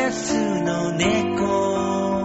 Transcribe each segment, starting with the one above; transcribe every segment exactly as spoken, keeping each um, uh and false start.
安の猫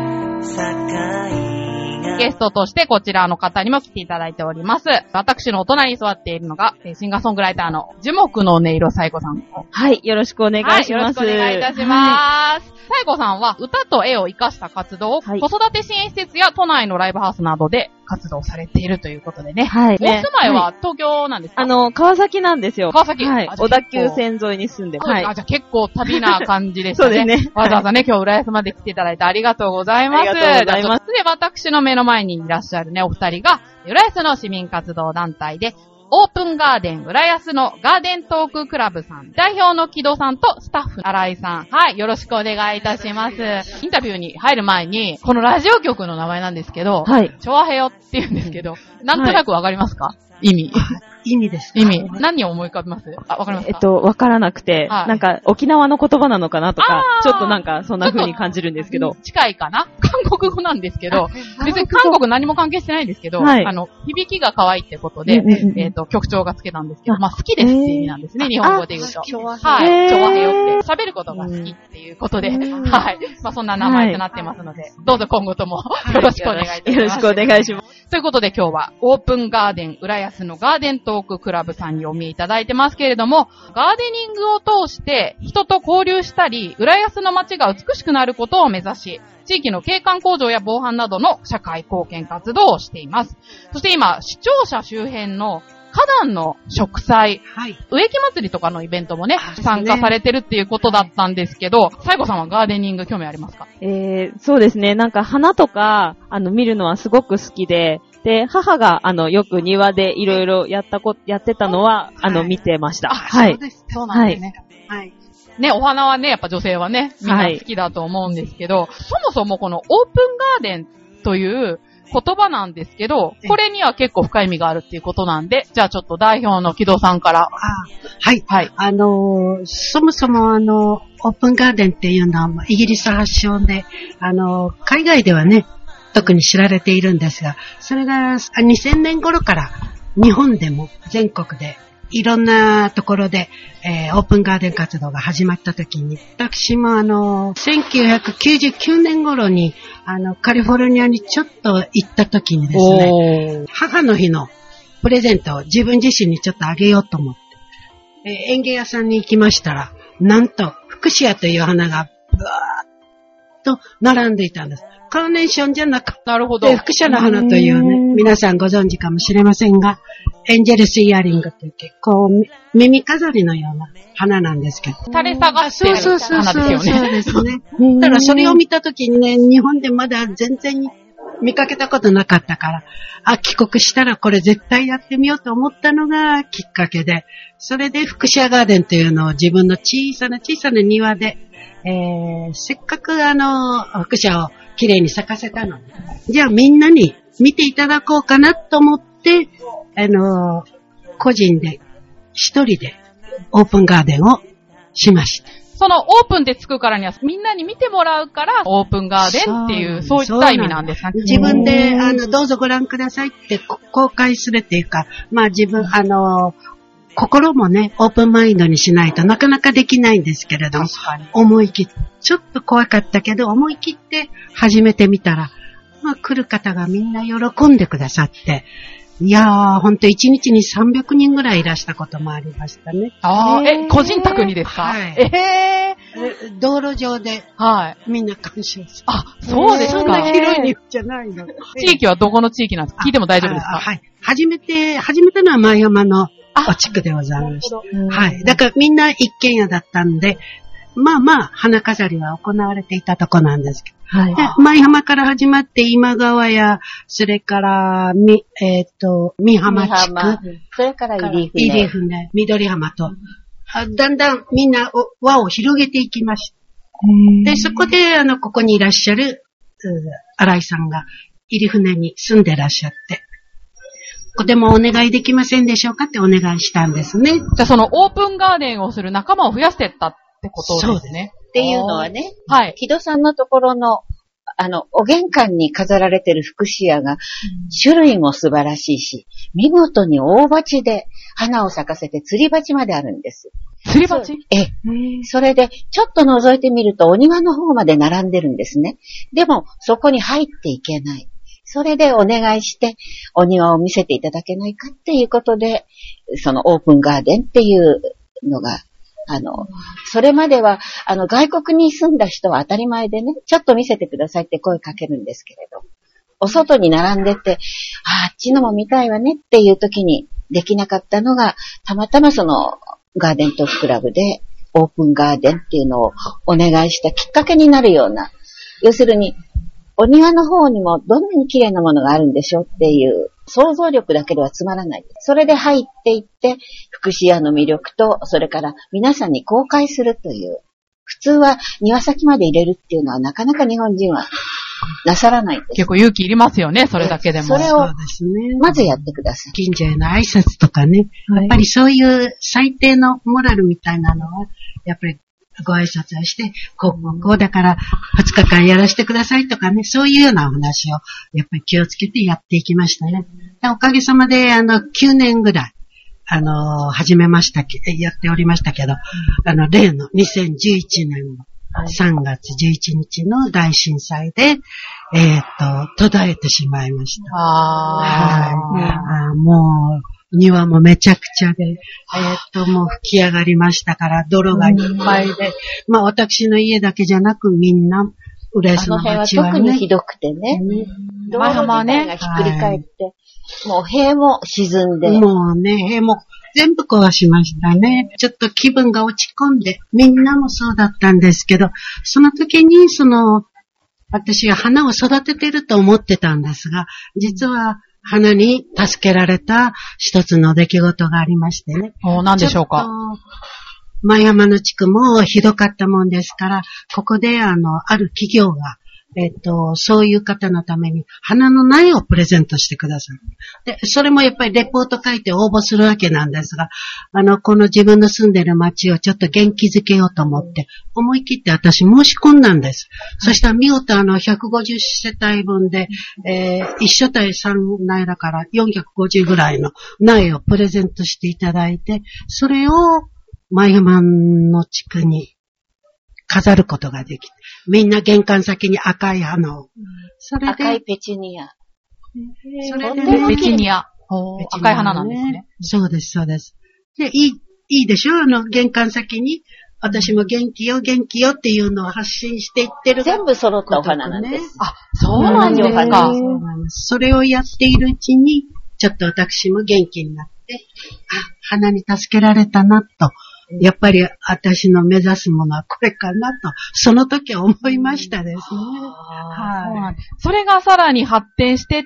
ゲストとしてこちらの方にも来ていただいております。私のお隣に座っているのが、シンガーソングライターの樹木の音色さいこさん。 はい、よろしくお願いします。はい、よろしくお願いいたします。さいこさんは歌と絵を活かした活動を、はい、子育て支援施設や都内のライブハウスなどで活動されているということでね。はい。お住まいは東京なんですか？ あの、川崎なんですよ。 川崎。 はい。小田急線沿いに住んでます。 はい。あ、じゃあ結構旅な感じですね。そうですね。わざわざね、今日浦安まで来ていただいてありがとうございます。 ありがとうございます。 で、私の目の前にいらっしゃるね、お二人が、浦安の市民活動団体で、オープンガーデン浦安のガーデントーククラブさん、代表の木戸さんとスタッフ新井さん。はい、よろしくお願いいたします。インタビューに入る前に、このラジオ局の名前なんですけど、はい。チョアヘヨって言うんですけど、なんとなくわかりますか？はい、意味。 意味です。 意味。何を思い浮かびます？あ、わかりますか？ えっと、わからなくて、はい、なんか沖縄の言葉なのかなとか、ちょっとなんかそんな風に感じるんですけど。 近いかな？韓国語なんですけど、別に韓国何も関係してないんですけど、はい、あの、響きが可愛いってことで、うんうんうん、えっと、局長がつけたんですけど、まあ好きですって意味なんですね、日本語で言うと。はい。チョワヘヨって喋ることが好きっていうことで、はい。まあそんな名前となってますので、はい、どうぞ今後ともよろしくお願いいたします。 よろしくお願いします。 ということで今日はオープンガーデン浦安のガーデントーククラブさんにお見えいただいてますけれども、ガーデニングを通して人と交流したり、浦安の街が美しくなることを目指し、地域の景観向上や防犯などの社会貢献活動をしています。そして今、視聴者周辺の花壇の植栽、はい、植木祭りとかのイベントもね、参加されてるっていうことだったんですけど、さいこさんはガーデニング興味ありますか？ えー、そうですね。なんか花とか、あの、見るのはすごく好きで、で、母が、あの、よく庭でいろいろやったこ、やってたのは、はい、あの、見てました。 はい。そうです。そうなんですね。はい。 ね、お花はね、やっぱ女性はね、みんな好きだと思うんですけど、はい、そもそもこのオープンガーデンという言葉なんですけど、これには結構深い意味があるっていうことなんで、じゃあちょっと代表の木戸さんから。あ、 はい。はい。あの、そもそもあの、オープンガーデンっていうのはイギリス発祥で、あの、海外ではね、特に知られているんですが、それがにせんねん頃から日本でも全国でいろんなところで、えー、オープンガーデン活動が始まった時に、私もあの、せんきゅうひゃくきゅうじゅうきゅうねん頃に、あの、カリフォルニアにちょっと行った時にですね、母の日のプレゼントを自分自身にちょっとあげようと思って、えー、園芸屋さんに行きましたら、なんと、フクシアという花がブワーッと並んでいたんです。カーネーションじゃなくて、なるほど。複写の花というね、皆さんご存知かもしれませんが、エンジェルスイヤリングという結構耳飾りのような花なんですけど。 垂れ下がってる花ですよね。そうそうそうそうですね。ただそれを見たときにね、日本でまだ全然見かけたことなかったから、あ、帰国したらこれ絶対やってみようと思ったのがきっかけで、それでフクシアガーデンというのを自分の小さな小さな庭で、えー、せっかくあの、フクシアを綺麗に咲かせたの。じゃあみんなに見ていただこうかなと思って、あの、個人で、一人でオープンガーデンをしました。 そのオープンでつくからにはみんなに見てもらうからオープンガーデンっていう、そういった意味なんですかね。 自分で、あの、どうぞご覧くださいって公開するっていうか、まあ自分、あの、心もね、オープンマインドにしないとなかなかできないんですけれども、思い切って、ちょっと怖かったけど、思い切って始めてみたら、まあ来る方がみんな喜んでくださって、いやー、ほんと一日にさんびゃくにんぐらいいらしたこともありましたね。 ああ、え、個人宅にですか？はい。 えー、道路上で、はい。みんな鑑賞する。 あ、そうですか。 そんな広い庭じゃないの。 地域はどこの地域なんですか？聞いても大丈夫ですか？ はい。初めて、初めてのは前山のお地区でございました。はい。だからみんな一軒家だったんで、まあまあ、花飾りは行われていたとこなんですけど。はい。で、舞浜から始まって、今川や、それから、み、えっ、ー、と、美浜地区。 それから入船。 入船、緑浜と、あ、だんだんみんな輪を広げていきました。で、そこで、あの、ここにいらっしゃる、新井さんが、入船に住んでらっしゃって、ここでもお願いできませんでしょうかってお願いしたんですね。 じゃあそのオープンガーデンをする仲間を増やしていったってことですね。そうですね。 っていうのはね、はい。木戸さんのところの、あの、お玄関に飾られてるフクシアが、うん、種類も素晴らしいし、見事に大鉢で花を咲かせて吊り鉢まであるんです。 すり鉢？ ええ。それで、ちょっと覗いてみると、お庭の方まで並んでるんですね。でも、そこに入っていけない。それでお願いして、お庭を見せていただけないかっていうことで、そのオープンガーデンっていうのが、あの、それまでは、あの、外国に住んだ人は当たり前でね、ちょっと見せてくださいって声かけるんですけれど、お外に並んでて、あ、あっちのも見たいわねっていう時にできなかったのが、たまたまその、ガーデントーククラブで、オープンガーデンっていうのをお願いしたきっかけになるような、要するに、お庭の方にもどんなに綺麗なものがあるんでしょうっていう想像力だけではつまらない。それで入っていって、福祉屋の魅力と、それから皆さんに公開するという。普通は庭先まで入れるっていうのはなかなか日本人はなさらないです。 結構勇気いりますよね、それだけでも。 それを、まずやってください。 近所への挨拶とかね。やっぱりそういう最低のモラルみたいなのは、やっぱりご挨拶をして、こうこうこうだからふつかかんやらせてくださいとかね、そういうようなお話をやっぱり気をつけてやっていきましたね。おかげさまで、あの、きゅうねんぐらい、あの、始めましたけ、やっておりましたけど、あの、例のにせんじゅういちねんのさんがつじゅういちにちの大震災で、えっと、途絶えてしまいました。 あはい。あもう、庭もめちゃくちゃで、えっと、もう吹き上がりましたから、泥がいっぱいで、まあ私の家だけじゃなくみんな、浦安の町はね。 あの辺は特にひどくてね。道路自体がひっくり返って、もう塀も沈んで。 もうね、塀も全部壊しましたね。ちょっと気分が落ち込んで、みんなもそうだったんですけど、その時にその、私は花を育ててると思ってたんですが、実は花に助けられた一つの出来事がありましてね。 お、何でしょうか。 前山の地区もひどかったもんですから、ここであの、ある企業が、えっと、そういう方のために花の苗をプレゼントしてくださる。で、それもやっぱりレポート書いて応募するわけなんですが、あの、この自分の住んでる町をちょっと元気づけようと思って、思い切って私申し込んだんです。そしたら見事あの、ひゃくごじゅっせたいぶんで、えー、一所帯さん苗だからよんひゃくごじゅうぐらいの苗をプレゼントしていただいて、それを前山の地区に飾ることができて、みんな玄関先に赤い花を。それで赤いペチュニア。 それでね、 ペチュニア。赤い花なんですね。 そうです、そうです。で、いい、いいでしょ？あの、玄関先に、私も元気よ、元気よっていうのを発信していってる。 全部揃ったお花なんです。 あ、そうなんですか。 そうなんです。それをやっているうちに、ちょっと私も元気になって、あ、花に助けられたなと。やっぱり私の目指すものはこれかなと、その時は思いましたですね。 はい。それがさらに発展してって、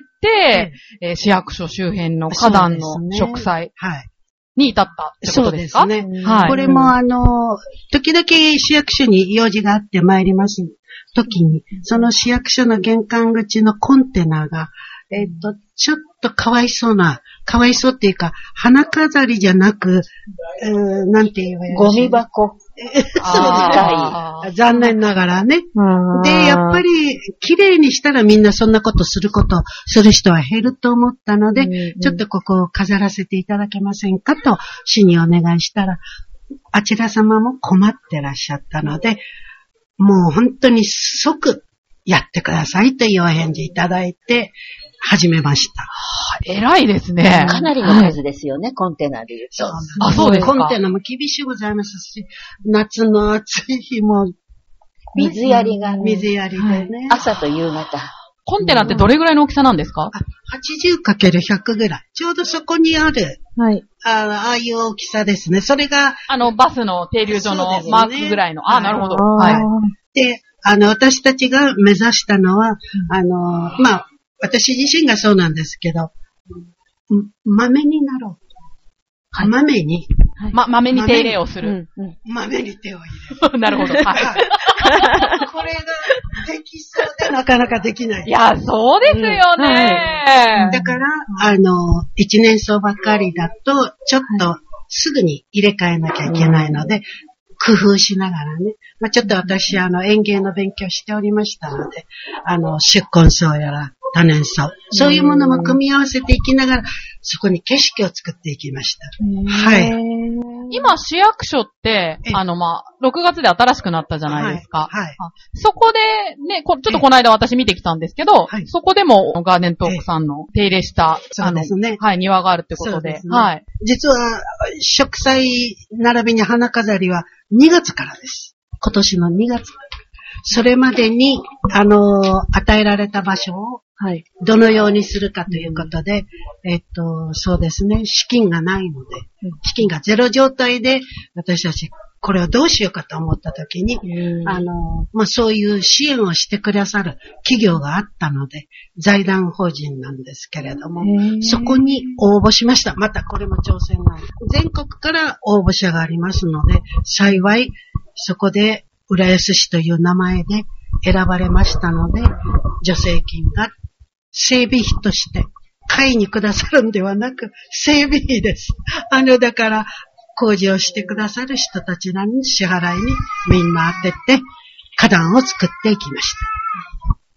うんえー、市役所周辺の花壇の植栽に至ったってことですか？ そうですね。はい。これもあの、時々市役所に用事があって参ります時に、その市役所の玄関口のコンテナが、えっと、ちょっとかわいそうな、かわいそうっていうか、花飾りじゃなく、えー、なんて言えばいいゴミ箱。 そう。残念ながらね。で、やっぱり、綺麗にしたらみんなそんなことすること、する人は減ると思ったので、うんうん、ちょっとここを飾らせていただけませんかと、市にお願いしたら、あちら様も困ってらっしゃったので、もう本当に即やってくださいというお返事いただいて、始めました。 はあ、偉いですね。 かなりの数ですよね、はい、コンテナで言うと。 あ、そうですか。 コンテナも厳しいございますし、夏の暑い日も、 水やりが、 水やりでね、 はい。朝と夕方。 コンテナってどれぐらいの大きさなんですか？ はちじゅうかけるひゃく ぐらい。ちょうどそこにある、はい、あ, ああいう大きさですね。それが、 あの、バスの停留所のマークぐらいの。ね、あ、なるほど。はい。 で、あの、私たちが目指したのは、あの、まあ、私自身がそうなんですけど、豆になろう。はい、豆に、 ま、豆に手入れをする。 豆, 豆に手を入れる。 なるほど。はい。 これができそうでなかなかできない。 いや、そうですよね、うんはい。だから、あの、一年草ばっかりだと、ちょっとすぐに入れ替えなきゃいけないので、うん工夫しながらね。まあ、ちょっと私、あの、園芸の勉強しておりましたので、あの、宿根草やら多年草、そういうものも組み合わせていきながら、そこに景色を作っていきました。はい。 今、市役所って、 ええあの、まあ、ろくがつで新しくなったじゃないですか。 はいはいあそこで、ね、こちょっとこの間私見てきたんですけど、 はいそこでもガーデントークさんの手入れした、 そうですねあの、はい、庭があるってことで、 そうですねはい。 実は、植栽並びに花飾りはにがつからです。今年のにがつ。それまでに、あの、与えられた場所を、 はい。 どのようにするかということで、えっと、そうですね、資金がないので、資金がゼロ状態で、私たち、これをどうしようかと思ったときに、あの、まあ、そういう支援をしてくださる企業があったので、財団法人なんですけれども、そこに応募しました。またこれも挑戦なんです。全国から応募者がありますので、幸い、そこで、浦安市という名前で選ばれましたので、助成金が整備費として買いにくださるんではなく、整備費です。あの、だから、工事をしてくださる人たちに支払いにみんな当てて、花壇を作っていきました。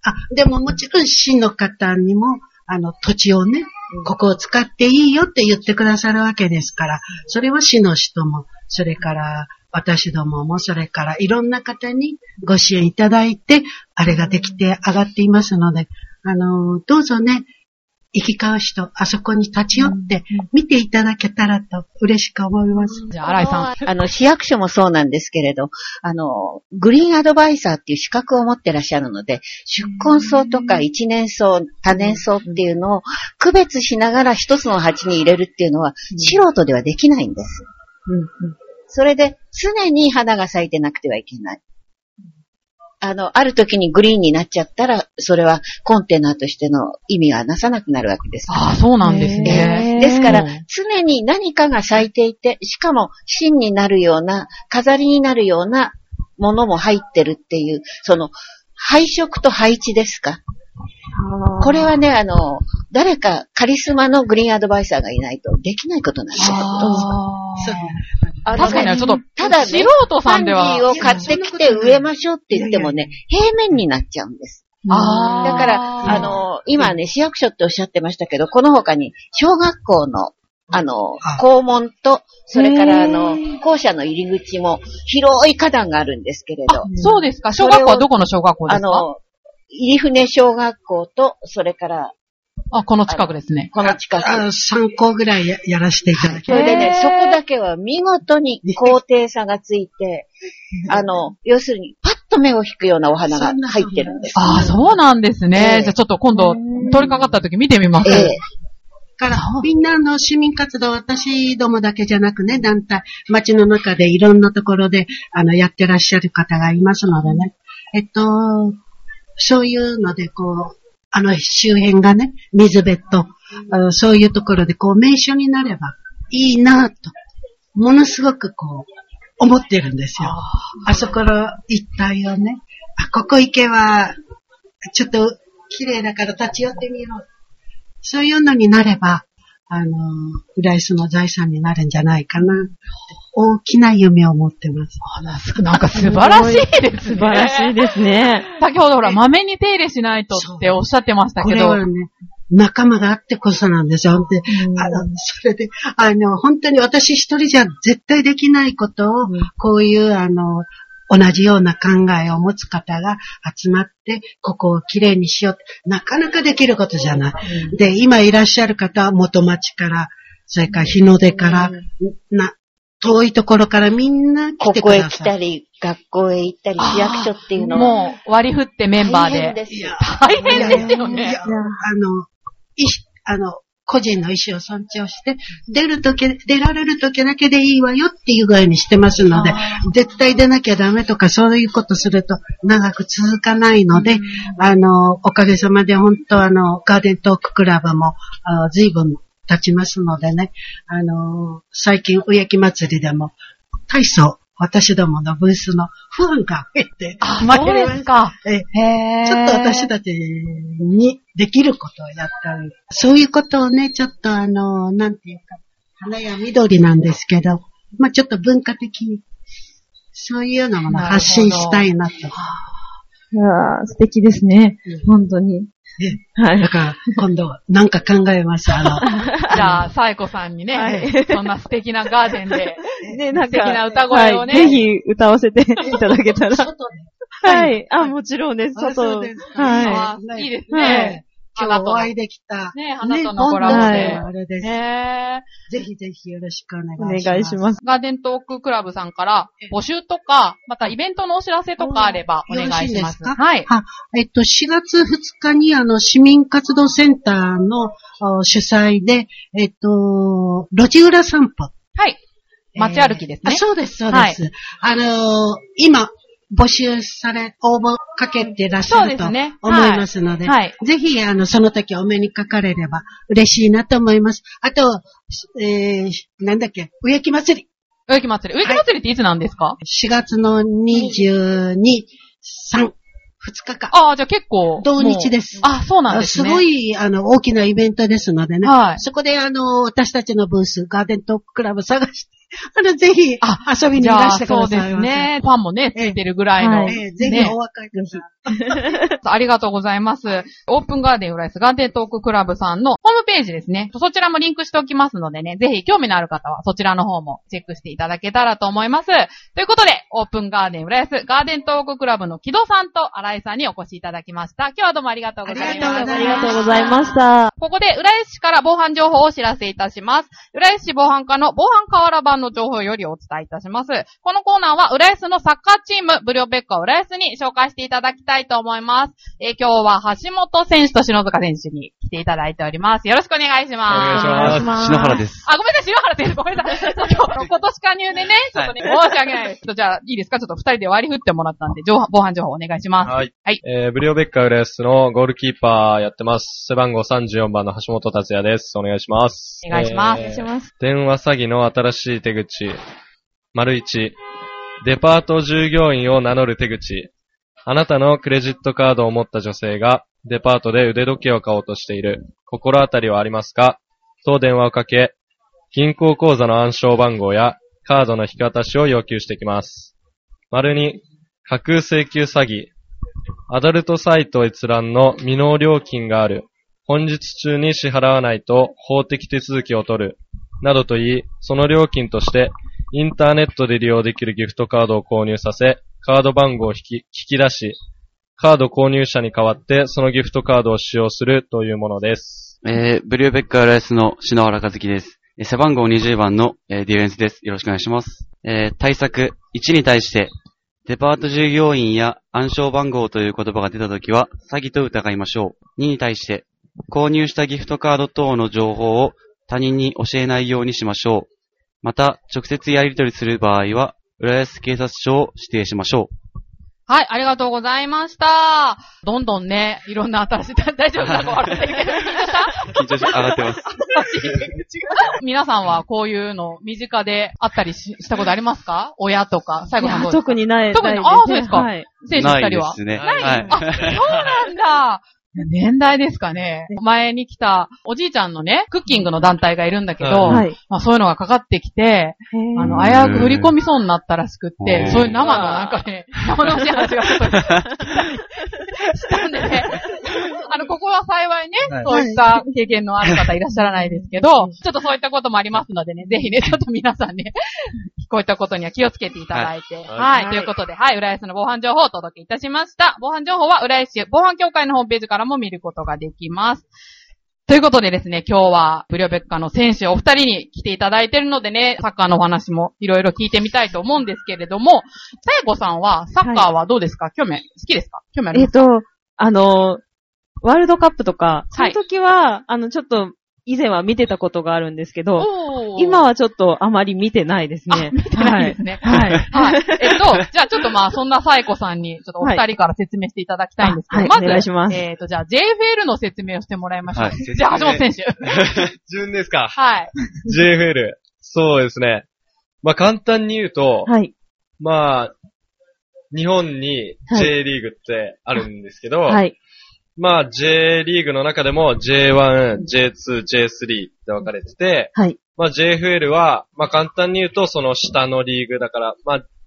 あ、でももちろん市の方にも、あの、土地をね、ここを使っていいよって言ってくださるわけですから、それは市の人も、それから、私どもも、それからいろんな方にご支援いただいて、あれができて上がっていますので、あの、どうぞね、行き交う人、あそこに立ち寄って見ていただけたらと嬉しく思います。 じゃあ、新井さん。 あの、市役所もそうなんですけれど、あの、グリーンアドバイザーっていう資格を持ってらっしゃるので、宿根草とか一年草、多年草っていうのを区別しながら一つの鉢に入れるっていうのは、素人ではできないんです。 うんうんそれで、常に花が咲いてなくてはいけない。あの、ある時にグリーンになっちゃったら、それはコンテナとしての意味はなさなくなるわけですから。 ああ、そうなんですね。 ですから、常に何かが咲いていて、しかも芯になるような、飾りになるようなものも入ってるっていう、その、配色と配置ですか。これはね、あの、誰かカリスマのグリーンアドバイザーがいないとできないことなんですよ。 そうあ確かにね、ちょっと、 ただね、 素人さんでは。 パンジーを買ってきて植えましょうって言ってもね、平面になっちゃうんです。 あだから、あの、今ね、市役所っておっしゃってましたけど、この他に小学校の、あの、校門と、それからあの、校舎の入り口も広い花壇があるんですけれど。 そうですか。小学校はどこの小学校ですか？ あの、入船小学校と、それから、 あ、この近くですね。 この近く。 あさん校ぐらい や, やらせていただきそれでね、そこだけは見事に高低差がついて、あの、要するに、パッと目を引くようなお花が入ってるんです。 ああ、そうなんですね。 えー、 じゃあちょっと今度、通りかかった時見てみます。 えーから、みんなの市民活動、私どもだけじゃなくね、団体、街の中でいろんなところで、あの、やってらっしゃる方がいますのでね。えっと、そういうので、こう、あの周辺がね、水辺と、そういうところで、こう、名所になればいいなと、ものすごくこう、思ってるんですよ。あそこの一帯をね、あ、ここ行けば、ちょっと綺麗だから立ち寄ってみよう。そういうのになれば、あの、浦安の財産になるんじゃないかな。大きな夢を持ってます。 なんか素晴らしいですね。 素晴らしいですね。 先ほどほら、豆に手入れしないとっておっしゃってましたけど。 これはね、仲間があってこそなんですよ。で、あの、それで、あの、本当に私一人じゃ絶対できないことを、こういう、あの、同じような考えを持つ方が集まって、ここをきれいにしようって、なかなかできることじゃない。うん、で、今いらっしゃる方は元町から、それから日の出から、うん、な、遠いところからみんな来てください。 ここへ来たり、学校へ行ったり、市役所っていうのは。 もう割り振ってメンバーで。 大変ですよ。 大変ですよね。 いや、あの、いあの、個人の意思を尊重して、出るとき、出られるときだけでいいわよっていう具合にしてますので、絶対出なきゃダメとかそういうことすると長く続かないので、あの、おかげさまで本当あの、ガーデントーククラブも随分経ちますのでね、あの、最近植木祭りでも大層私どものブースのファンが増えて、 あ、そうですか。 えへちょっと私たちにできることをやったり、そういうことをね、ちょっとあの、なんていうか、花や緑なんですけど、まあちょっと文化的に、そういうようなものを発信したいなと。いやー、素敵ですね。うん、本当に。 はい。 だから、今度、なんか考えます。あの、 じゃあ、サイコさんにね、 はい、 そんな素敵なガーデンで、 ね、なんか、 素敵な歌声をね、 はい、ぜひ歌わせていただけたら。 外で。 はい。あ、もちろんです。外。はい。 あ、いいですね。 今日お会いできた。 ね、花とのコラボで。 あれです。 ねぜひぜひよろしくお願いします。 お願いします。 ガーデントーククラブさんから募集とか、またイベントのお知らせとかあればお願いします。 よろしいですか？ はい。 は、えっと、しがつふつかにあの、市民活動センターの主催で、えっと、路地裏散歩。 はい。街歩きですね。 えー、そうです、そうです。はい、あのー、今、募集され、応募かけてらっしゃると思いますので、 はいはい、 ぜひ、あの、その時お目にかかれれば嬉しいなと思います。あと、えー、なんだっけ、植木祭り。 植木祭り。植木祭りっていつなんですか？はい、 しがつのにじゅうに、さん、ふつかかん。 ああ、じゃあ結構。 同日です。 あ、そうなんですね。 すごい、あの、大きなイベントですのでね。はい。そこで、あの、私たちのブース、ガーデントーククラブ探して、あの、ぜひ、あ、遊びにいらしてください。 そうですね。ファンもね、ついてるぐらいの。 ええええ、ぜひお若いください。 ありがとうございます。オープンガーデン浦安ガーデントーククラブさんのホームページですね。そちらもリンクしておきますのでね、ぜひ興味のある方はそちらの方もチェックしていただけたらと思います。ということで、オープンガーデン浦安ガーデントーククラブの木戸さんと新井さんにお越しいただきました。今日はどうもありがとうございました。 ありがとうございました。 ここで浦安市から防犯情報をお知らせいたします。浦安市防犯課の防犯河原版の情報よりお伝えいたします。このコーナーは浦安のサッカーチームブリオベッカ浦安に紹介していただきたいと思います。えー、今日は橋本選手と篠塚選手に来ていただいております。よろしくお願いします。 お願いします。篠原です。 あ、ごめんなさい、篠原選手、ごめんなさい。今, 今年加入でね、ちょっとね、はい、申し訳ないです。じゃあ、いいですか？ちょっと二人で割り振ってもらったんで、情報防犯情報お願いします。 はい。はい。えー、ブリオベッカ浦安のゴールキーパーやってます。背番号さんじゅうよんばんの橋本達也です。お願いします。 お願いします。 えー、 お願いします。 電話詐欺の新しい手口。丸一。デパート従業員を名乗る手口。あなたのクレジットカードを持った女性がデパートで腕時計を買おうとしている。心当たりはありますか？と電話をかけ、銀行口座の暗証番号やカードの引き渡しを要求してきます。丸に、架空請求詐欺。アダルトサイト閲覧の未納料金がある。本日中に支払わないと法的手続きを取る。などと言い、その料金としてインターネットで利用できるギフトカードを購入させ、カード番号を引き、引き出し、カード購入者に代わってそのギフトカードを使用するというものです。 えー、ブリューベッカ浦安の篠原和樹です。背番号にじゅうばんの、えー、ディフェンスです。よろしくお願いします。えー、対策いちに対して、デパート従業員や暗証番号という言葉が出たときは詐欺と疑いましょう。にに対して、購入したギフトカード等の情報を他人に教えないようにしましょう。また、直接やり取りする場合は、浦安警察署を指定しましょう。 はい、ありがとうございました。どんどんね、いろんな新しい、大丈夫か笑ってるけど、 緊張し、上がってます。 皆さんはこういうの身近であったりししたことありますか？親とか、最後の方特にない。 特に、ああ、そうですか。はい、選手二人は。 ないですね。 ない、 はい、 あ、そうなんだ。年代ですかね。前に来たおじいちゃんのね、クッキングの団体がいるんだけど、はい、まあ、そういうのがかかってきて、あの、危うく振り込みそうになったらしくって、そういう生のなんかね、生々しい話がちょっとしたんでね。あの、ここは幸いね、はい、そういった経験のある方いらっしゃらないですけど、ちょっとそういったこともありますのでね、ぜひね、ちょっと皆さんね、こういったことには気をつけていただいて、はい。はい、ということで、はい、浦安の防犯情報をお届けいたしました。防犯情報は浦安市防犯協会のホームページからも見ることができます。ということでですね、今日はブリオベッカの選手お二人に来ていただいているのでね、サッカーのお話もいろいろ聞いてみたいと思うんですけれども、さやこさんはサッカーはどうですか？はい、興味、好きですか？興味ありますか？ えっと、あの、ワールドカップとか、その時は、はい、あの、ちょっと、以前は見てたことがあるんですけど、今はちょっとあまり見てないですね。 見てないですね。はい。はい。はい、えっと、じゃあちょっとまあ、そんなサエコさんに、ちょっとお二人から説明していただきたいんですけど、はい、まず、 お願いします。 えっと、じゃあ ジェイエフエル の説明をしてもらいましょう。はい、じゃあ、橋本選手。 順ですか。 はい。 ジェイエフエル。そうですね。まあ、簡単に言うと、はい。まあ、日本に J リーグってあるんですけど、はい。まあ、J リーグの中でも ジェイワン、ジェイツー、ジェイスリー って分かれてて、はい。まあ、ジェイエフエル は、まあ、簡単に言うと、その下のリーグだから、まあ、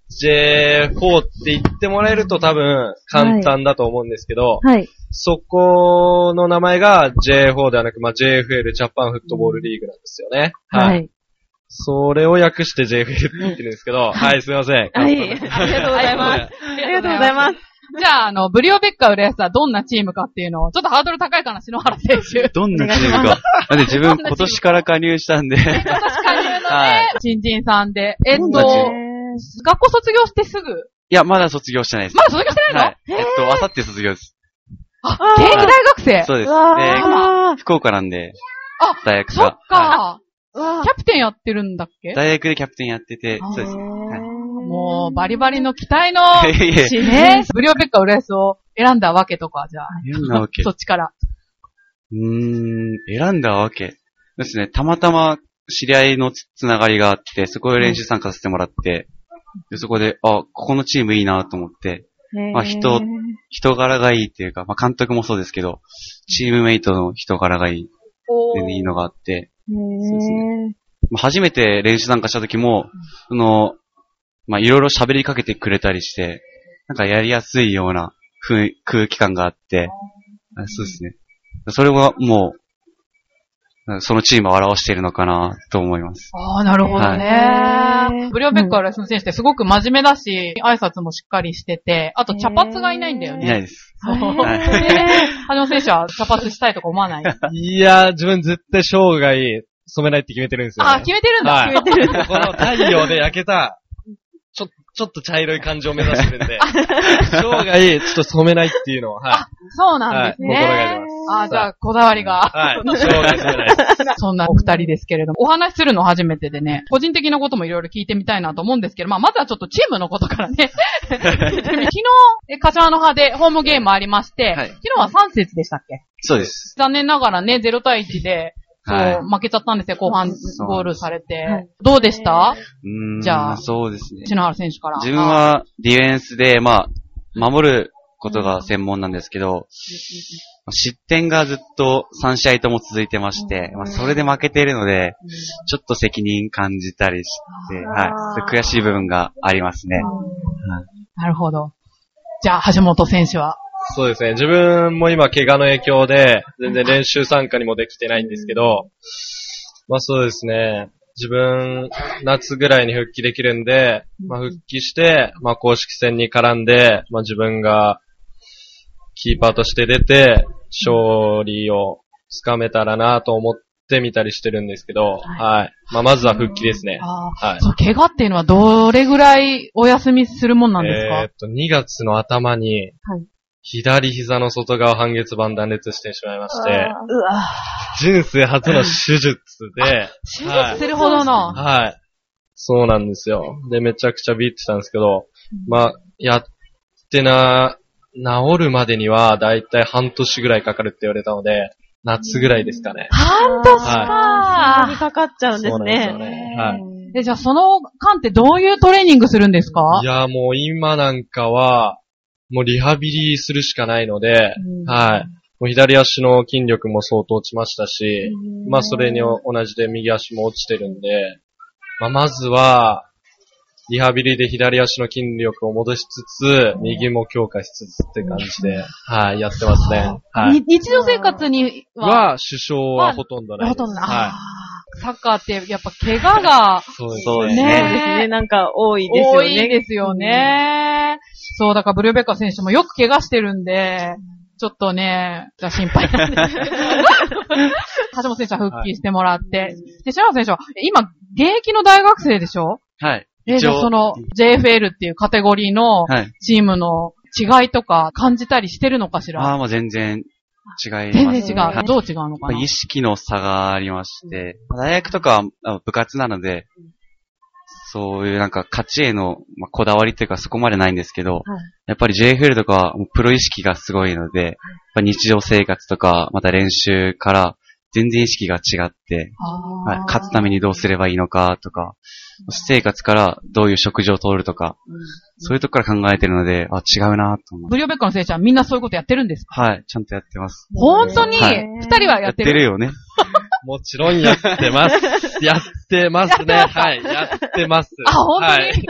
ジェイフォー って言ってもらえると多分簡単だと思うんですけど、 はい。 そこの名前が ジェイフォー ではなく、まあ、ジェイエフエル、ジャパンフットボールリーグなんですよね。 はい。 それを訳して ジェイエフエルって言ってるんですけど、はい、すいません。はい。 ありがとうございます。ありがとうございます。 じゃあ、あの、ブリオベッカ浦安はどんなチームかっていうのを、ちょっとハードル高いかな、篠原選手。 どんなチームか。だって自分今年から加入したんで。今年加入のね、はい、新人さんで。えっと、学校卒業してすぐ？ いや、まだ卒業してないです。 まだ卒業してないの？ はい。えっと、あさって卒業です。 あ、現役大学生？ そうです。で、福岡なんで、 あ、 大学が。 そっか。キャプテンやってるんだっけ？ 大学でキャプテンやってて、そうです。はい、 もう、バリバリの期待の、ね、ブリオベッカ浦安を選んだわけとか、じゃあ。 選んだわけ。 そっちから。 うーん、選んだわけ。ですね、たまたま知り合いのつながりがあって、そこで練習参加させてもらって、うん、でそこで、あ、ここのチームいいなと思って、まあ人、人柄がいいっていうか、まあ監督もそうですけど、チームメイトの人柄がいいっていいのがあって、そうですね。まあ、初めて練習参加した時も、その、まあ、いろいろ喋りかけてくれたりして、なんかやりやすいような空気感があって、そうですね。それはもう、そのチームを表しているのかなと思います。 ああ、なるほどね。はい、ブリオベッカ浦安の選手ってすごく真面目だし、挨拶もしっかりしてて、あと茶髪がいないんだよね。 いないです。 そう。はい。はじめ選手は茶髪したいとか思わない？ いや、自分絶対生涯染めないって決めてるんですよね。 あ、決めてるんだ。 はい、 決めてるんだ。 この太陽で焼けた、ちょ、ちょっと茶色い感じを目指してるんで、生涯ちょっと染めないっていうのを、はい。あ、 そうなんですね。 はい、心がけてます。 あ、じゃあ、こだわりが。 はい。生涯染めないです。 そんなお二人ですけれども、お話しするの初めてでね、個人的なこともいろいろ聞いてみたいなと思うんですけど、まあ、まずはちょっとチームのことからね。昨日、柏の葉でホームゲームありまして、はい、昨日はさん節でしたっけ？ そうです。 残念ながらね、ゼロ対いちで、そう、はい、負けちゃったんですよ、後半ゴールされて。はい、どうでした？ うーん、 じゃあ、 そうですね。 篠原選手から。 自分はディフェンスで、まあ、守ることが専門なんですけど、失点がずっとさん試合とも続いてまして、まあ、それで負けているので、ちょっと責任感じたりして、はい、悔しい部分がありますね。はい、 なるほど。じゃあ、橋本選手は？ そうですね。自分も今怪我の影響で全然練習参加にもできてないんですけど、まあそうですね。自分夏ぐらいに復帰できるんで、まあ復帰して、まあ公式戦に絡んで、まあ自分がキーパーとして出て勝利をつかめたらなと思ってみたりしてるんですけど、はい。はい、まあまずは復帰ですね。 あはい。そう、怪我っていうのはどれぐらいお休みするもんなんですか？ えーっと、にがつの頭に、はい。左膝の外側半月板断裂してしまいまして、うわ人生初の手術で、 手術するほどの、 はい。はい。そうなんですよ。で、めちゃくちゃビーってたんですけど、まあ、やってな、治るまでにはだいたい半年ぐらいかかるって言われたので、夏ぐらいですかね。 半年かー、 はい、にかかっちゃうんですね。そうなんですよね。 はい。 え、じゃあその間ってどういうトレーニングするんですか？ いや、もう今なんかは、もうリハビリするしかないので、うん、はい。もう左足の筋力も相当落ちましたし、うん、まあそれに同じで右足も落ちてるんで、まあまずは、リハビリで左足の筋力を戻しつつ、右も強化しつつって感じで、はい、やってますね。はい。 日常生活には、は支障はほとんどないです。ほとんどない。はい。 サッカーってやっぱ怪我が、 そうですね。 そうですね。なんか多いですよね。 多いですよね。そう、だからブルーベッカー選手もよく怪我してるんで、ちょっとね、が心配なんですけど。橋本選手は復帰してもらって。はい、で、篠原選手は、今、現役の大学生でしょ？ はい。 え、じゃあその ジェイエフエル っていうカテゴリーのチームの違いとか感じたりしてるのかしら？ ああ、まあ全然違います。 全然違う。どう違うのかな？ 意識の差がありまして、大学とかは部活なので、そういうなんか勝ちへのこだわりっていうかそこまでないんですけど、はい、やっぱり ジェイエフエル とかはプロ意識がすごいので、やっぱ日常生活とかまた練習から全然意識が違って、はい、勝つためにどうすればいいのかとか、私生活からどういう食事を取るとか、うん、そういうとこから考えてるので、あ、違うなと思う。 ブリオベッカの選手はみんなそういうことやってるんですか？ はい、ちゃんとやってます。 本当に？二、はい、人はやってる？ やってるよね。 もちろんやってます。やってますね。はい、やってます。 あ、本当に、はい、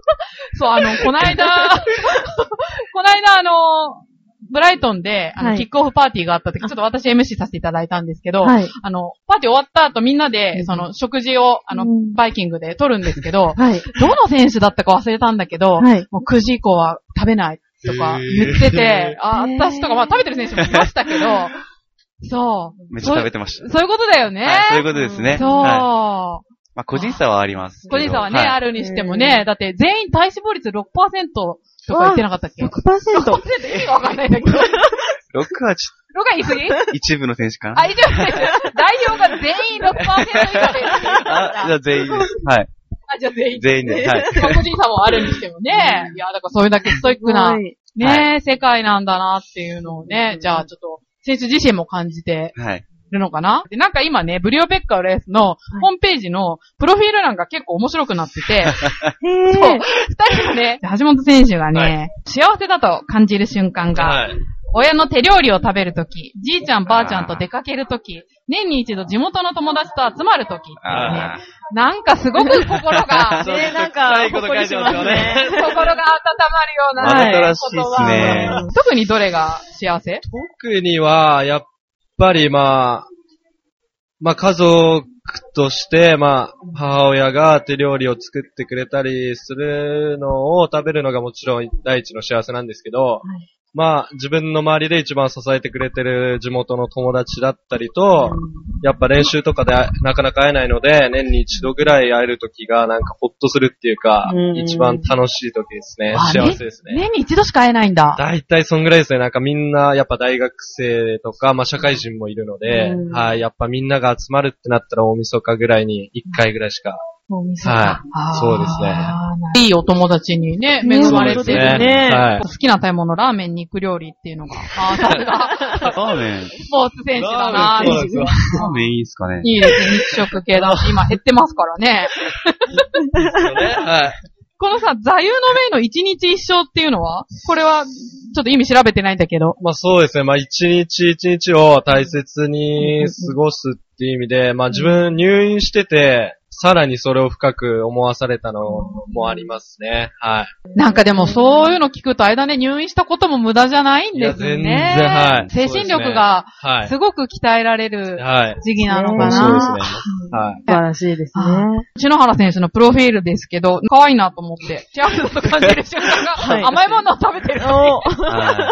そう、あの、こないだ、こないだあの、ブライトンで、あの、 はいキックオフパーティーがあった時、ちょっと私 エムシー させていただいたんですけど、 はい。 あの、パーティー終わった後みんなで、その、食事を、あのう、んバイキングで取るんですけど、 はい。 どの選手だったか忘れたんだけど、 はい。 もうくじ以降は食べないとか言ってて、あ、 へー私とか、まあ食べてる選手もいましたけど、そう。 めっちゃ食べてました。 そういうことだよね。 はい、そういうことですね。 そう。 はい。まあ、個人差はありますけど。 個人差はね、 いあるにしてもね、だって全員体脂肪率 ろくパーセント とか言ってなかったっけ？ ろくパーセント。 ろくパーセント 意味がわかんないんだけど。 ろくはちろくが言い過ぎ一部の選手かな。 あ、一応ね、代表が全員 ろくパーセント 以下で。 あ、じゃあ全員です。はい。 あ、じゃあ全員。 全員で。はい。 まあ個人差もあるにしてもね。いや、だからそれだけストイックな、 はいね、世界なんだなっていうのをね、じゃあちょっと、選手自身も感じてはい。 るのかなで、なんか今ね、ブリオベッカーレースのホームページのプロフィール欄が結構面白くなってて、 へそうー。 二人がね、橋本選手がね、幸せだと感じる瞬間が、 はい。 親の手料理を食べるとき、じいちゃんばあちゃんと出かけるとき、年に一度地元の友達と集まるときっていうね、 あなんかすごく心が、 ね、なんか、 いいこと書いてますよね心が温まるような、 わざとらしいですね言葉特にどれが幸せ？ 特には、やっぱりまあ、まあ家族として、まあ母親が手料理を作ってくれたりするのを食べるのがもちろん第一の幸せなんですけど、 いまあ自分の周りで一番支えてくれてる地元の友達だったりと、やっぱ練習とかでなかなか会えないので、年に一度ぐらい会える時がなんかほっとするっていうか、 うん一番楽しい時ですね。 あ幸せですね。 年に一度しか会えないんだ。 だいたいそんぐらいですね。なんかみんな、やっぱ大学生とか、まあ社会人もいるので、 うんはい、やっぱみんなが集まるってなったら大晦日ぐらいにいっかいぐらいしか。 もう晦はい日。 あーそうですね。 いいお友達にね、 ね恵まれてそうでするねはい好。きな食べ物、ラーメン、肉料理っていうのが、ああ、さすが、 ラーメン。 スポーツ選手だなそうなんですよ。 ラーメンいいですかね。 いいですね、肉食系だし、今減ってますからね。 はい。 このさ、座右の銘の一日一生っていうのはこれは、ちょっと意味調べてないんだけど。 まあそうですね。まあ一日一日を大切に過ごすっていう意味で、まあ自分入院してて、さらにそれを深く思わされたのもありますね。はい。 なんかでもそういうの聞くとあれだね、入院したことも無駄じゃないんですね。 いや全然はい精神力がはい。 すごく鍛えられるはい。 時期なのかな。 そうですね。はい。 素晴らしいですね。 篠原選手のプロフィールですけど、可愛いなと思って、幸せだと感じる瞬間が、 はい甘いものを食べてる。けどやおっぱ食べ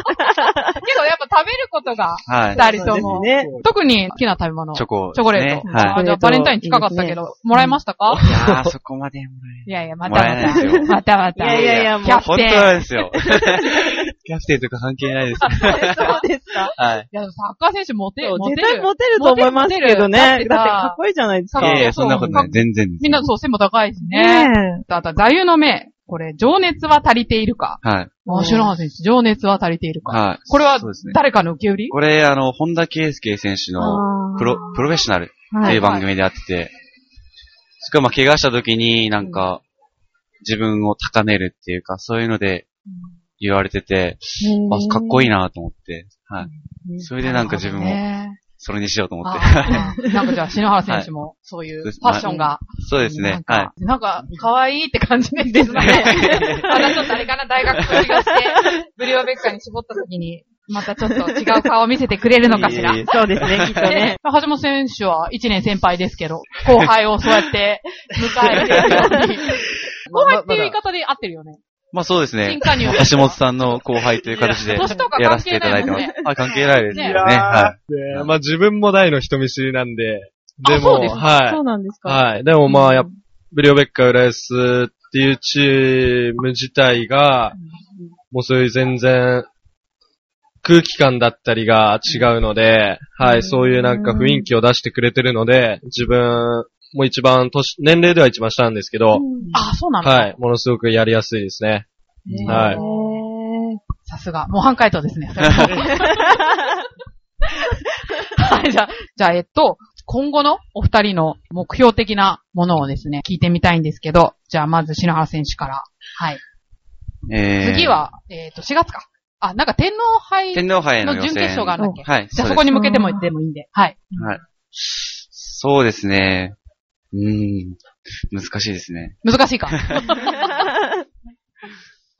ることが、 はい。 二人とも。 ね。 特に好きな食べ物。 チョコ、 チョコレート。 はあじゃあバレンタイン近かったけど、もらえましたかい。いやー、そこまでもいやいや、まもたまた。 らえないですよまたまた。 いやいやいやもうキャプ本当テン。 なんですよ。キャプテンとか関係ないです。 そうですか。 はい。 いや、サッカー選手モテる。モテ絶対る。 モテると思いますけどね。だってかっこいいじゃないですか。 いやいや、そんなことない。全然です。 みんなそう、背も高いしねね。あと、座右の銘。これ、情熱は足りているか。 はい。 あ、篠原選手、情熱は足りているか。 はい。 これはそうですね。 誰かの受け売りこれ、あの、本田圭佑選手のプロ、プロフェッショナルっていう番組でやってて、しかも怪我した時になんか、自分を高めるっていうか、そういうので言われてて、あ、かっこいいなと思って、はい。それでなんか自分も、それにしようと思って。 あーなんかじゃあ、篠原選手も、そういうファッションが。 そうですね。 なんはいか。なんか、可愛いって感じですね。またちょっとあれかな、大学卒業して、ブリオベッカに絞った時に、またちょっと違う顔を見せてくれるのかしら。 いえいえそうですね、きっとね。 橋本選手はいちねん先輩ですけど、後輩をそうやって迎えているように。後輩っていう言い方で合ってるよね。 まあそうですね新。加入。 橋本さんの後輩という形で年とかやら関係せていただいてますないもんね。。 あ、関係ないですねね。はでまあ自分も大の人見知りなんで、でも、 あそうですかはい。 そうなんですか。 はい。でもまあ、やっぱブリオベッカ浦安っていうチーム自体が、もうそういう全然、空気感だったりが違うので、はい、そういうなんか雰囲気を出してくれてるので、自分も一番年、年齢では一番下なんですけど、 あ、そうなんだ。 はい、ものすごくやりやすいですね。はい。 さすが。模範解答ですね。はい、じゃあ、じゃあ、えっと、今後のお二人の目標的なものをですね、聞いてみたいんですけど、じゃあまず篠原選手から。はい。 い。えー次、は、えっと、しがつか。あ、なんか天皇杯天皇杯の予選。 の準決勝があるんだっけ。 はい。 じゃあそそうですこに向けてもでもいいんで。はい。 はい。そうですね。うーん。難しいですね。 難しいか。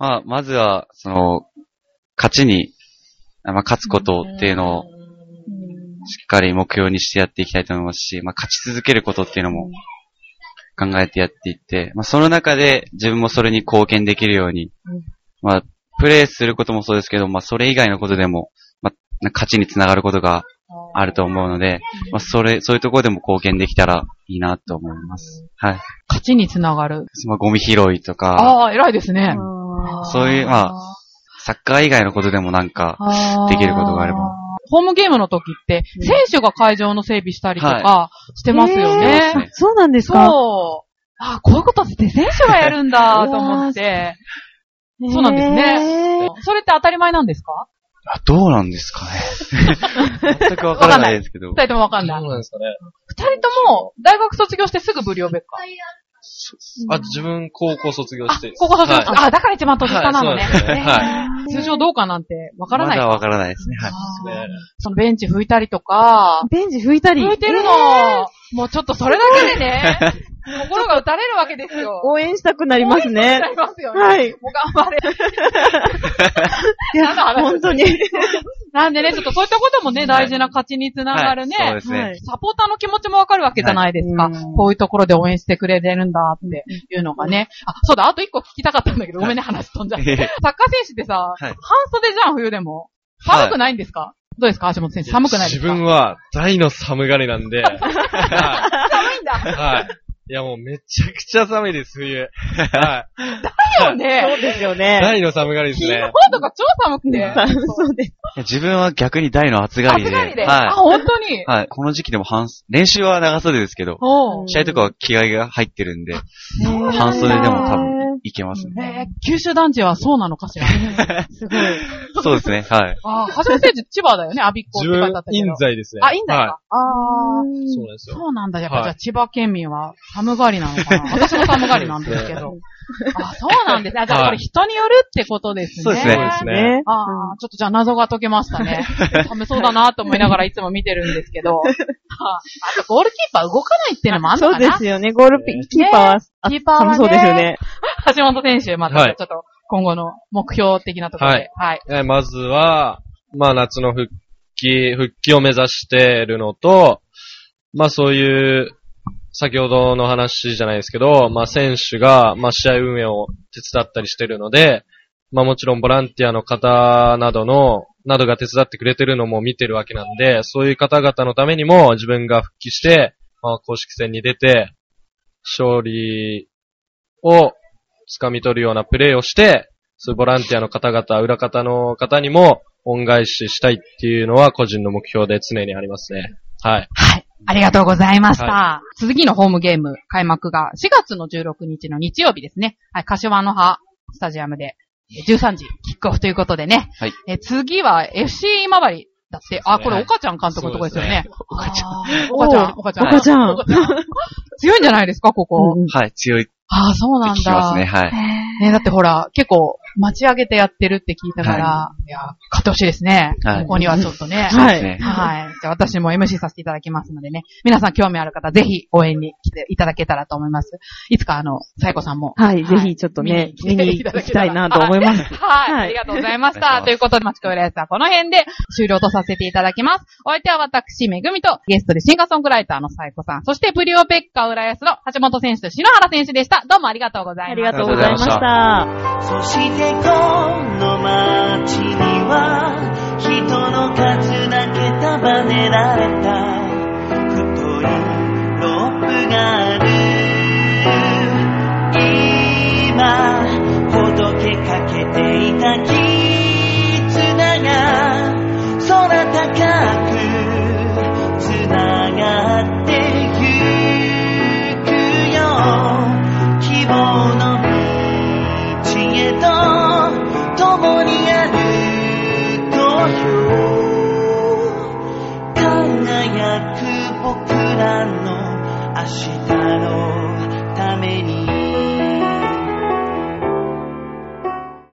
まあ、まずは、その、勝ちに、まあ、勝つことっていうのを、しっかり目標にしてやっていきたいと思いますし、まあ、勝ち続けることっていうのも考えてやっていって、まあ、その中で自分もそれに貢献できるように、まあ、プレーすることもそうですけど、まあ、それ以外のことでも、まあ、勝ちにつながることがあると思うので、まあ、それ、そういうところでも貢献できたらいいなと思います。はい。 勝ちにつながる。 まあ、ゴミ拾いとか。 ああ、偉いですね。 そういう、まあ、サッカー以外のことでもなんか、できることがあれば。 ホームゲームの時って、選手が会場の整備したりとかしてますよね。 はい、そうなんですか？ そう。あ、こういうことって選手がやるんだと思って。そうなんですね。それって当たり前なんですか？ あ、どうなんですかね。全くわからないですけど。 二人ともわかんない。 どうなんですかね。 二人とも大学卒業してすぐブリオベッカ。 あ、自分高校卒業して。 あ、高校卒業して。はい、あ、だから一番年下なのね。 はい、そうですね。はい。 通常どうかなんてわからない。 まだわからないですね。はい。 そのベンチ拭いたりとか。 ベンチ拭いたり拭いてるの。えー、もうちょっとそれだけでね。心が打たれるわけですよ。 応援したくなりますね。応援したくなりますよね。はい。もう頑張れ。 いや、本当に。なんでね、ちょっとそういったこともね、大事な勝ちにつながるね。 はい、そうですね。 サポーターの気持ちもわかるわけじゃないですか。はい、こういうところで応援してくれてるんだっていうのがね。あ、そうだ、あと一個聞きたかったんだけど、ごめんね、話飛んじゃって。サッカー選手ってさ、はい、半袖じゃん、冬でも。寒くないんですか？はい、どうですか、橋本選手。寒くないですか？ 自分は大の寒がりなんで。寒いんだ。 はい。いやもうめちゃくちゃ寒いです、冬。はい。 だよね。 そうですよね。 大の寒がりですね。 昨日とか超寒くて。 そうです。 自分は逆に大の暑がりで。 暑がりで。 はい。 あ、本当に。 はい。この時期でも半、練習は長袖ですけど、試合とかは気合が入ってるんで、半袖でも多分いけますね。 えー、九州団地はそうなのかしら。 すごい。 そうですね、はい。 あ、橋本選手千葉だよね、アビッコって書いてあったけど。 自分、印西ですね。 あ、印西か。はい、ああ。 そうなんですよ。 そうなんだ。やっぱじゃあ千葉県民は寒がりなのかな。私も寒がりなんですけど。あ、そうなんですね。じゃあこれ人によるってことですね。 そうですね。そうですね。 ああ、ちょっとじゃあ謎が解けましたね。寒そうだなと思いながらいつも見てるんですけど。あとゴールキーパー動かないっていうのもあるのかな。 そうですよね。ゴールキーパーは、 キーパーは寒そうですよね。 橋本選手、またちょっと今後の目標的なところで。 はい。はい、まずは、まあ夏の復帰、復帰を目指しているのと、まあそういう、先ほどの話じゃないですけど、まあ選手が、まあ試合運営を手伝ったりしてるので、まあもちろんボランティアの方などの、などが手伝ってくれてるのも見てるわけなんで、そういう方々のためにも自分が復帰して、まあ公式戦に出て、勝利を掴み取るようなプレーをして、そういうボランティアの方々、裏方の方にも恩返ししたいっていうのは個人の目標で常にありますね。はい。 はい。ありがとうございました。はい、次のホームゲーム開幕がしがつのじゅうろくにちの日曜日ですね。はい、柏の葉スタジアムでじゅうさんじキックオフということでね。はい。え次は エフシー 今治だって、あ、これ岡ちゃん監督のとこですよね。 岡ちゃん。 岡ちゃん、岡ちゃん。 岡ちゃん。 強いんじゃないですか、ここ。 うん、はい、強い。 ああ、そうなんだ。聞きますね、はい。 ね、だってほら、結構、待ち上げてやってるって聞いたから、はい、いや、勝ってほしいですね。はい。ここにはちょっとね。 はい。 はい。じゃあ私も エムシー させていただきますのでね。皆さん興味ある方、ぜひ応援に来ていただけたらと思います。いつかあの、さやこさんも。 はい、ぜひちょっとね、見に行きたいなと思います。 はい。ありがとうございました。ということで、マチコイライスはこの辺で終了とさせていただきます。お相手は私、めぐみと、ゲストでシンガーソングライターのさやこさん、そしてブリオペッカ浦安の橋本選手と篠原選手でした。どうもありがとうございました。 ありがとうございました。 そしてこの街